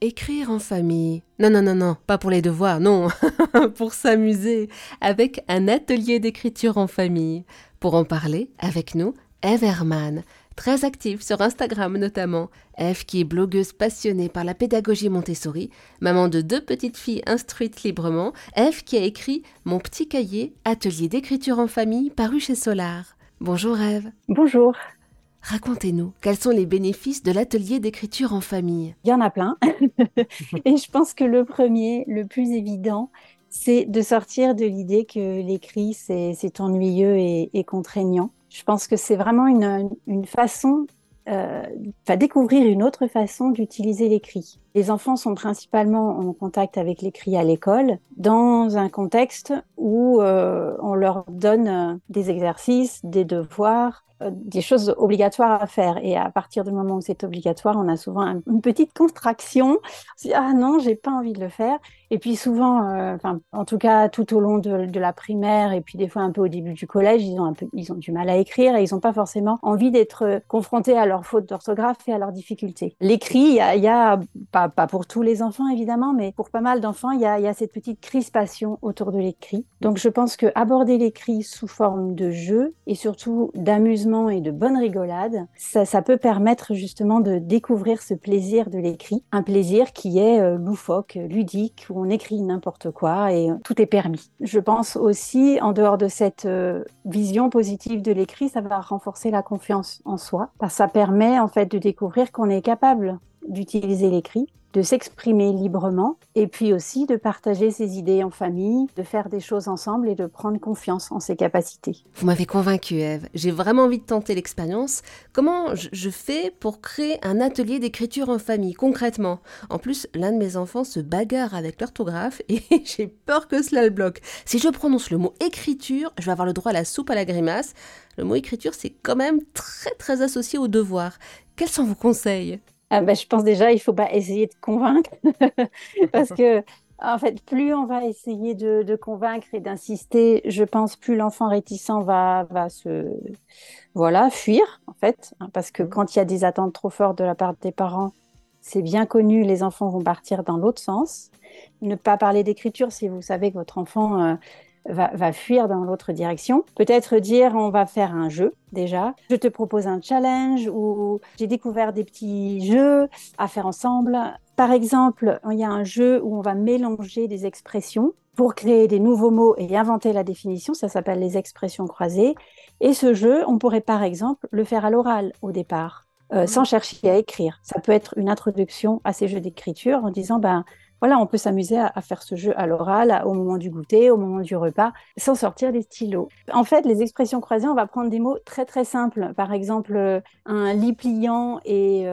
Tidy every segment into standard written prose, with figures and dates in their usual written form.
Écrire en famille. Non, non, non, non, pas pour les devoirs, non, pour s'amuser avec un atelier d'écriture en famille. Pour en parler avec nous, Ève Hermann, très active sur Instagram notamment. Ève qui est blogueuse passionnée par la pédagogie Montessori, maman de 2 petites filles instruites librement. Ève qui a écrit Mon petit cahier, atelier d'écriture en famille paru chez Solar. Bonjour Ève. Bonjour. Racontez-nous, quels sont les bénéfices de l'atelier d'écriture en famille? Il y en a plein. Et je pense que le premier, le plus évident, c'est de sortir de l'idée que l'écrit, c'est ennuyeux et contraignant. Je pense que c'est vraiment une façon, découvrir une autre façon d'utiliser l'écrit. Les enfants sont principalement en contact avec l'écrit à l'école, dans un contexte où on leur donne des exercices, des devoirs, des choses obligatoires à faire. Et à partir du moment où c'est obligatoire, on a souvent une petite contraction. On se dit, ah non, j'ai pas envie de le faire. Et puis souvent, en tout cas tout au long de la primaire et puis des fois un peu au début du collège, ils ont du mal à écrire et ils n'ont pas forcément envie d'être confrontés à leurs fautes d'orthographe et à leurs difficultés. L'écrit, il y a pas pour tous les enfants évidemment, mais pour pas mal d'enfants, il y a cette petite crispation autour de l'écrit. Donc je pense que aborder l'écrit sous forme de jeu et surtout d'amusement et de bonne rigolade, ça peut permettre justement de découvrir ce plaisir de l'écrit, un plaisir qui est loufoque, ludique, où on écrit n'importe quoi et tout est permis. Je pense aussi, en dehors de cette vision positive de l'écrit, ça va renforcer la confiance en soi, parce que ça permet en fait de découvrir qu'on est capable d'utiliser l'écrit, de s'exprimer librement et puis aussi de partager ses idées en famille, de faire des choses ensemble et de prendre confiance en ses capacités. Vous m'avez convaincue, Ève. J'ai vraiment envie de tenter l'expérience. Comment je fais pour créer un atelier d'écriture en famille, concrètement? En plus, l'un de mes enfants se bagarre avec l'orthographe et j'ai peur que cela le bloque. Si je prononce le mot écriture, je vais avoir le droit à la soupe à la grimace. Le mot écriture, c'est quand même très très associé au devoir. Quels sont vos conseils? Je pense déjà, il ne faut pas essayer de convaincre parce que, en fait, plus on va essayer de convaincre et d'insister, je pense, plus l'enfant réticent va fuir, en fait, hein, parce que quand il y a des attentes trop fortes de la part des parents, c'est bien connu, les enfants vont partir dans l'autre sens. Ne pas parler d'écriture si vous savez que votre enfant va fuir dans l'autre direction. Peut-être dire on va faire un jeu déjà. Je te propose un challenge ou j'ai découvert des petits jeux à faire ensemble. Par exemple, il y a un jeu où on va mélanger des expressions pour créer des nouveaux mots et inventer la définition. Ça s'appelle les expressions croisées. Et ce jeu, on pourrait par exemple le faire à l'oral au départ, sans chercher à écrire. Ça peut être une introduction à ces jeux d'écriture en disant voilà, on peut s'amuser à faire ce jeu à l'oral, au moment du goûter, au moment du repas, sans sortir les stylos. En fait, les expressions croisées, on va prendre des mots très très simples. Par exemple, un lit pliant et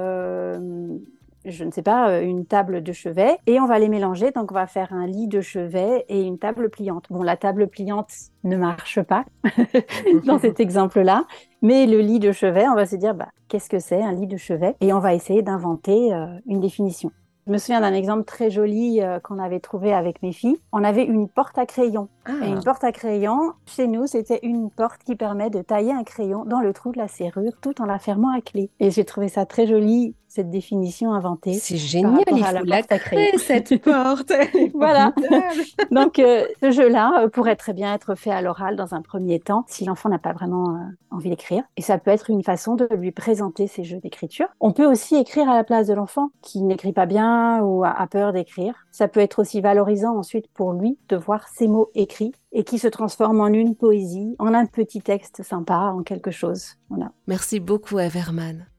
je ne sais pas, une table de chevet, et on va les mélanger. Donc, on va faire un lit de chevet et une table pliante. Bon, la table pliante ne marche pas dans cet exemple-là, mais le lit de chevet, on va se dire, qu'est-ce que c'est un lit de chevet? Et on va essayer d'inventer une définition. Je me souviens d'un exemple très joli qu'on avait trouvé avec mes filles. On avait une porte à crayon. Et une porte à crayon, chez nous, c'était une porte qui permet de tailler un crayon dans le trou de la serrure tout en la fermant à clé. Et j'ai trouvé ça très joli, cette définition inventée C'est par génial, rapport il à la faut la porte à crayon. créer, cette porte. Elle est Voilà. formidable. Donc, ce jeu-là pourrait très bien être fait à l'oral dans un premier temps, si l'enfant n'a pas vraiment envie d'écrire. Et ça peut être une façon de lui présenter ces jeux d'écriture. On peut aussi écrire à la place de l'enfant qui n'écrit pas bien ou a peur d'écrire. Ça peut être aussi valorisant ensuite pour lui de voir ses mots écrits et qui se transforment en une poésie, en un petit texte sympa, en quelque chose. Voilà. Merci beaucoup, Ève Hermann.